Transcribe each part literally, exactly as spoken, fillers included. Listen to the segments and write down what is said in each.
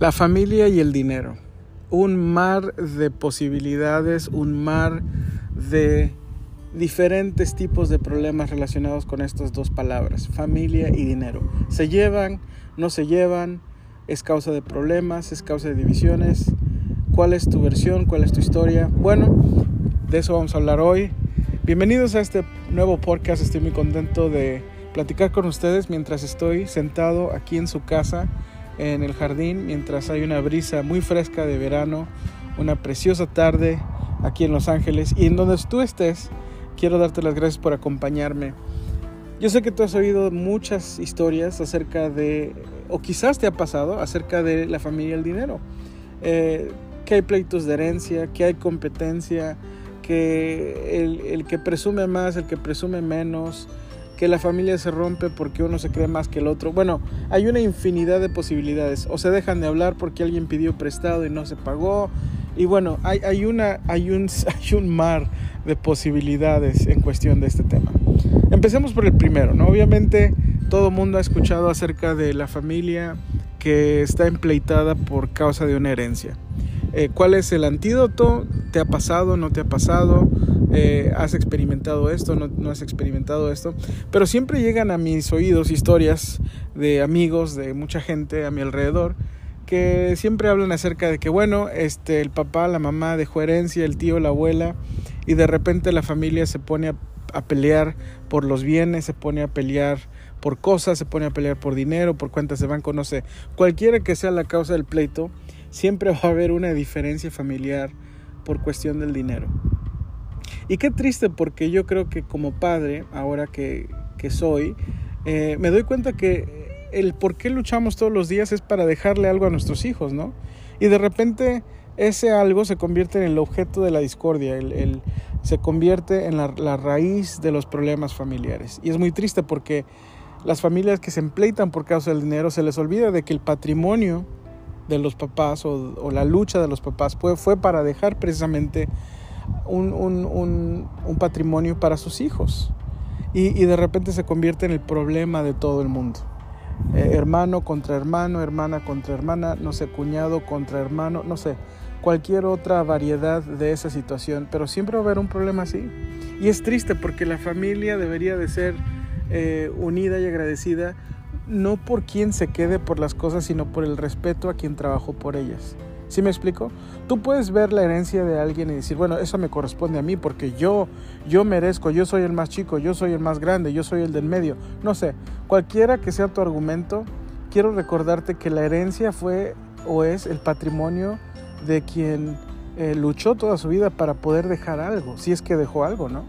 La familia y el dinero. Un mar de posibilidades, un mar de diferentes tipos de problemas relacionados con estas dos palabras, familia y dinero. Se llevan, no se llevan, es causa de problemas, es causa de divisiones. ¿Cuál es tu versión? ¿Cuál es tu historia? Bueno, de eso vamos a hablar hoy. Bienvenidos a este nuevo podcast. Estoy muy contento de platicar con ustedes mientras estoy sentado aquí en su casa, en el jardín, mientras hay una brisa muy fresca de verano, una preciosa tarde aquí en Los Ángeles. Y en donde tú estés, quiero darte las gracias por acompañarme. Yo sé que tú has oído muchas historias acerca de, o quizás te ha pasado, acerca de la familia y el dinero. Eh, que hay pleitos de herencia, que hay competencia, que el, el que presume más, el que presume menos, que la familia se rompe porque uno se cree más que el otro. Bueno, hay una infinidad de posibilidades. O se dejan de hablar porque alguien pidió prestado y no se pagó. Y bueno, hay, hay, una, hay, un, hay un mar de posibilidades en cuestión de este tema. Empecemos por el primero, ¿no? Obviamente todo el mundo ha escuchado acerca de la familia que está empleitada por causa de una herencia. Eh, ¿Cuál es el antídoto? ¿Te ha pasado? ¿No te ha pasado? Eh, ¿Has experimentado esto? ¿No, no has experimentado esto? Pero siempre llegan a mis oídos historias de amigos, de mucha gente a mi alrededor, que siempre hablan acerca de que, bueno, este, el papá, la mamá dejó herencia, el tío, la abuela, y de repente la familia se pone a, a pelear por los bienes, se pone a pelear por cosas, se pone a pelear por dinero, por cuentas de banco, no sé. Cualquiera que sea la causa del pleito, siempre va a haber una diferencia familiar por cuestión del dinero. Y qué triste, porque yo creo que como padre, ahora que, que soy, eh, me doy cuenta que el por qué luchamos todos los días es para dejarle algo a nuestros hijos, ¿no? Y de repente ese algo se convierte en el objeto de la discordia, el, el, se convierte en la, la raíz de los problemas familiares. Y es muy triste porque las familias que se empleitan por causa del dinero, se les olvida de que el patrimonio de los papás o, o la lucha de los papás fue, fue para dejar precisamente un, un, un, un patrimonio para sus hijos. Y, y de repente se convierte en el problema de todo el mundo. Eh, hermano contra hermano, hermana contra hermana, no sé, cuñado contra hermano, no sé, cualquier otra variedad de esa situación, pero siempre va a haber un problema así. Y es triste porque la familia debería de ser eh, unida y agradecida, no por quien se quede por las cosas, sino por el respeto a quien trabajó por ellas. ¿Sí me explico? Tú puedes ver la herencia de alguien y decir, bueno, eso me corresponde a mí porque yo, yo merezco, yo soy el más chico, yo soy el más grande, yo soy el del medio. No sé, cualquiera que sea tu argumento, quiero recordarte que la herencia fue o es el patrimonio de quien eh, luchó toda su vida para poder dejar algo, si es que dejó algo, ¿no?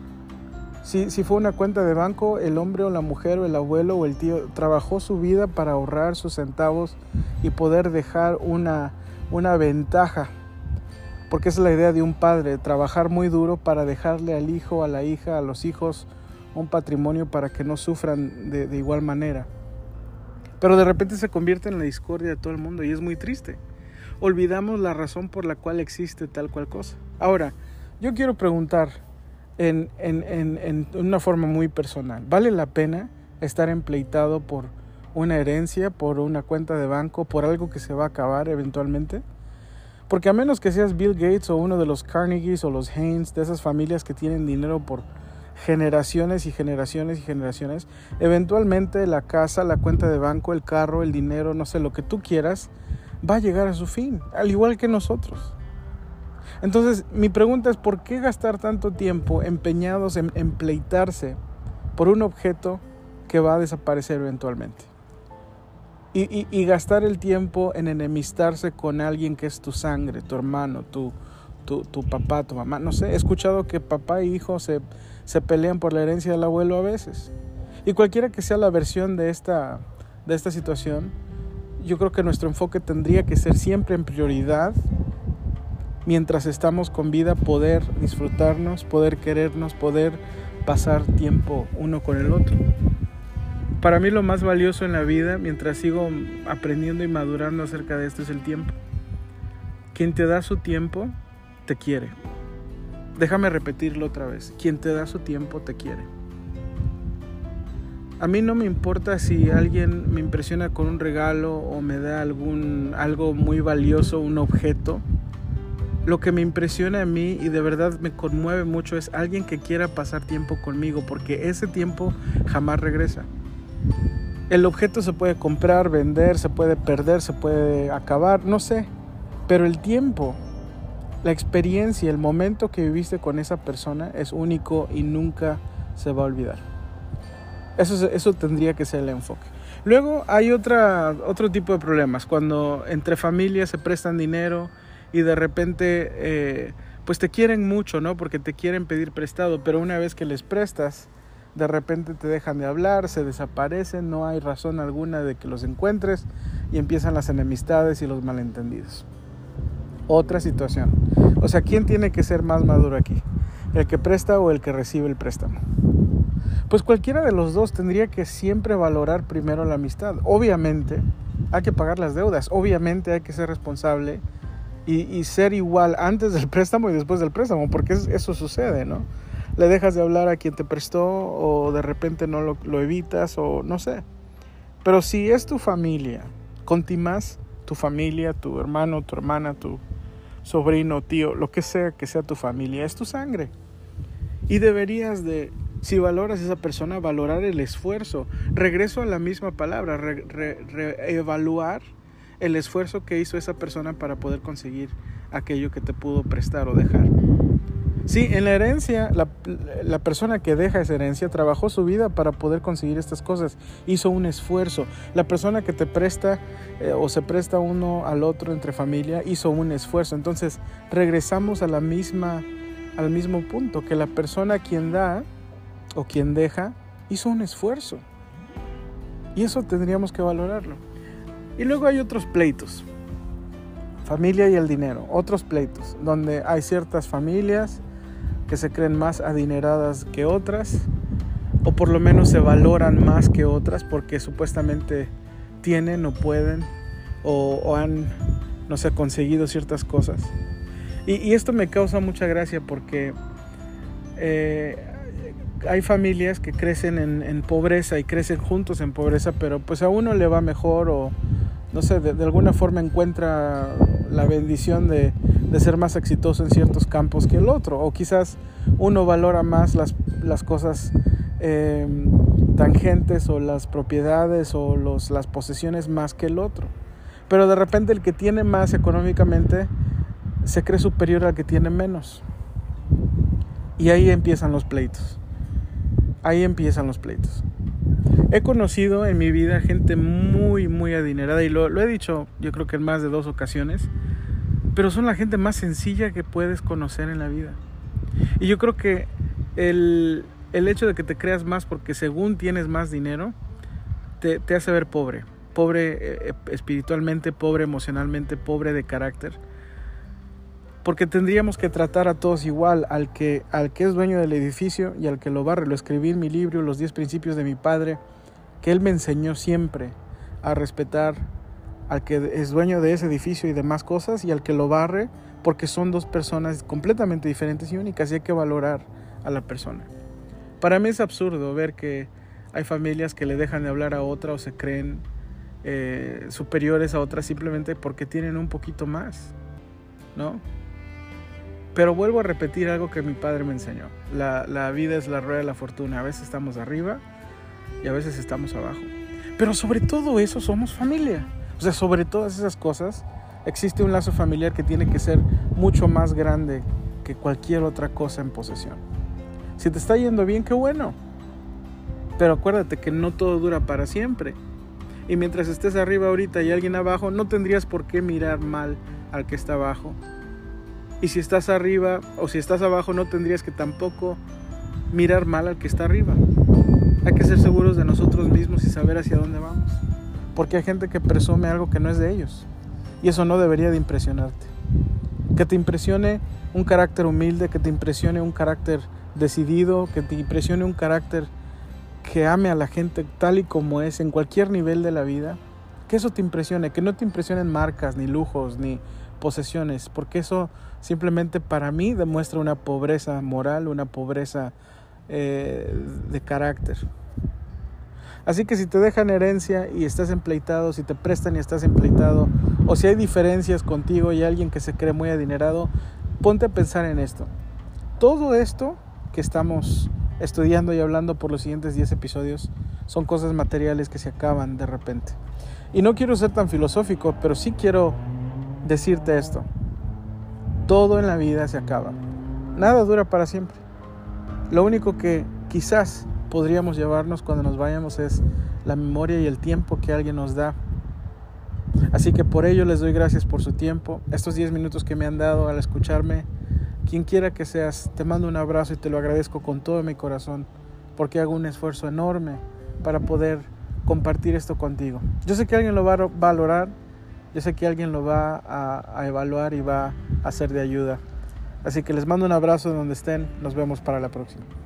Si, si fue una cuenta de banco, el hombre o la mujer o el abuelo o el tío trabajó su vida para ahorrar sus centavos y poder dejar una, una ventaja. Porque esa es la idea de un padre, trabajar muy duro para dejarle al hijo, a la hija, a los hijos un patrimonio para que no sufran de, de igual manera. Pero de repente se convierte en la discordia de todo el mundo y es muy triste. Olvidamos la razón por la cual existe tal cual cosa. Ahora, yo quiero preguntar en, en, en, en una forma muy personal, ¿vale la pena estar empleitado por una herencia, por una cuenta de banco, por algo que se va a acabar eventualmente? Porque a menos que seas Bill Gates o uno de los Carnegies o los Haynes, de esas familias que tienen dinero por generaciones y generaciones y generaciones, eventualmente la casa, la cuenta de banco, el carro, el dinero, no sé, lo que tú quieras, va a llegar a su fin, al igual que nosotros. Entonces, mi pregunta es, ¿por qué gastar tanto tiempo empeñados en empleitarse por un objeto que va a desaparecer eventualmente? Y, y, y gastar el tiempo en enemistarse con alguien que es tu sangre, tu hermano, tu, tu, tu papá, tu mamá. No sé, he escuchado que papá y hijo se, se pelean por la herencia del abuelo a veces. Y cualquiera que sea la versión de esta, de esta situación, yo creo que nuestro enfoque tendría que ser siempre en prioridad, mientras estamos con vida, poder disfrutarnos, poder querernos, poder pasar tiempo uno con el otro. Para mí lo más valioso en la vida, mientras sigo aprendiendo y madurando acerca de esto, es el tiempo. Quien te da su tiempo, te quiere. Déjame repetirlo otra vez. Quien te da su tiempo, te quiere. A mí no me importa si alguien me impresiona con un regalo o me da algún, algo muy valioso, un objeto. Lo que me impresiona a mí y de verdad me conmueve mucho es alguien que quiera pasar tiempo conmigo, porque ese tiempo jamás regresa. El objeto se puede comprar, vender, se puede perder, se puede acabar, no sé. Pero el tiempo, la experiencia, el momento que viviste con esa persona es único y nunca se va a olvidar. Eso, eso tendría que ser el enfoque. Luego hay otra, otro tipo de problemas, cuando entre familias se prestan dinero y de repente eh, pues te quieren mucho, ¿no? Porque te quieren pedir prestado, pero una vez que les prestas, de repente te dejan de hablar, se desaparecen, no hay razón alguna de que los encuentres y empiezan las enemistades y los malentendidos. Otra situación. O sea, ¿quién tiene que ser más maduro aquí? ¿El que presta o el que recibe el préstamo? Pues cualquiera de los dos tendría que siempre valorar primero la amistad. Obviamente hay que pagar las deudas, obviamente hay que ser responsable y, y ser igual antes del préstamo y después del préstamo, porque eso sucede, ¿no? Le dejas de hablar a quien te prestó o de repente no lo, lo evitas o no sé. Pero si es tu familia, contimás tu familia, tu hermano, tu hermana, tu sobrino, tío, lo que sea que sea tu familia, es tu sangre. Y deberías de, si valoras a esa persona, valorar el esfuerzo. Regreso a la misma palabra, re, re, re, evaluar el esfuerzo que hizo esa persona para poder conseguir aquello que te pudo prestar o dejar. Sí, en la herencia, la, la persona que deja esa herencia trabajó su vida para poder conseguir estas cosas, hizo un esfuerzo. La persona que te presta eh, o se presta uno al otro entre familia, hizo un esfuerzo. Entonces, regresamos a la misma, al mismo punto, que la persona quien da o quien deja, hizo un esfuerzo. Y eso tendríamos que valorarlo. Y luego hay otros pleitos. Familia y el dinero, otros pleitos, donde hay ciertas familias que se creen más adineradas que otras, o por lo menos se valoran más que otras porque supuestamente tienen o pueden o, o han, no sé, conseguido ciertas cosas. Y, y esto me causa mucha gracia porque eh, hay familias que crecen en, en pobreza y crecen juntos en pobreza, pero pues a uno le va mejor o no sé, de, de alguna forma encuentra la bendición de, de ser más exitoso en ciertos campos que el otro, o quizás uno valora más las, las cosas eh, tangentes o las propiedades o los, las posesiones más que el otro, pero de repente el que tiene más económicamente se cree superior al que tiene menos, y ahí empiezan los pleitos, ahí empiezan los pleitos. He conocido en mi vida gente muy, muy adinerada y lo, lo he dicho yo creo que en más de dos ocasiones, pero son la gente más sencilla que puedes conocer en la vida. Y yo creo que el, el hecho de que te creas más porque según tienes más dinero, te, te hace ver pobre, pobre eh, espiritualmente, pobre emocionalmente, pobre de carácter. Porque tendríamos que tratar a todos igual, al que, al que es dueño del edificio y al que lo barre. Lo escribí en mi libro, Los diez principios de mi padre, que él me enseñó siempre a respetar al que es dueño de ese edificio y demás cosas y al que lo barre, porque son dos personas completamente diferentes y únicas y hay que valorar a la persona. Para mí es absurdo ver que hay familias que le dejan de hablar a otra o se creen eh, superiores a otras simplemente porque tienen un poquito más, ¿no? Pero vuelvo a repetir algo que mi padre me enseñó. La, la vida es la rueda de la fortuna. A veces estamos arriba y a veces estamos abajo. Pero sobre todo eso somos familia. O sea, sobre todas esas cosas existe un lazo familiar que tiene que ser mucho más grande que cualquier otra cosa en posesión. Si te está yendo bien, qué bueno. Pero acuérdate que no todo dura para siempre. Y mientras estés arriba ahorita y alguien abajo, no tendrías por qué mirar mal al que está abajo. Y si estás arriba o si estás abajo, no tendrías que tampoco mirar mal al que está arriba. Hay que ser seguros de nosotros mismos y saber hacia dónde vamos. Porque hay gente que presume algo que no es de ellos. Y eso no debería de impresionarte. Que te impresione un carácter humilde, que te impresione un carácter decidido, que te impresione un carácter que ame a la gente tal y como es en cualquier nivel de la vida. Que eso te impresione, que no te impresionen marcas, ni lujos, ni posesiones, porque eso simplemente para mí demuestra una pobreza moral, una pobreza eh, de carácter. Así que si te dejan herencia y estás empleitado, si te prestan y estás empleitado, o si hay diferencias contigo y alguien que se cree muy adinerado, ponte a pensar en esto. Todo esto que estamos estudiando y hablando por los siguientes diez episodios son cosas materiales que se acaban de repente. Y no quiero ser tan filosófico, pero sí quiero decirte esto. Todo en la vida se acaba. Nada dura para siempre. Lo único que quizás podríamos llevarnos cuando nos vayamos es la memoria y el tiempo que alguien nos da. Así que por ello les doy gracias por su tiempo, estos diez minutos que me han dado al escucharme. Quien quiera que seas, te mando un abrazo y te lo agradezco con todo mi corazón, porque hago un esfuerzo enorme para poder compartir esto contigo. Yo sé que alguien lo va a valorar, yo sé que alguien lo va a, a evaluar y va a ser de ayuda. Así que les mando un abrazo de donde estén, nos vemos para la próxima.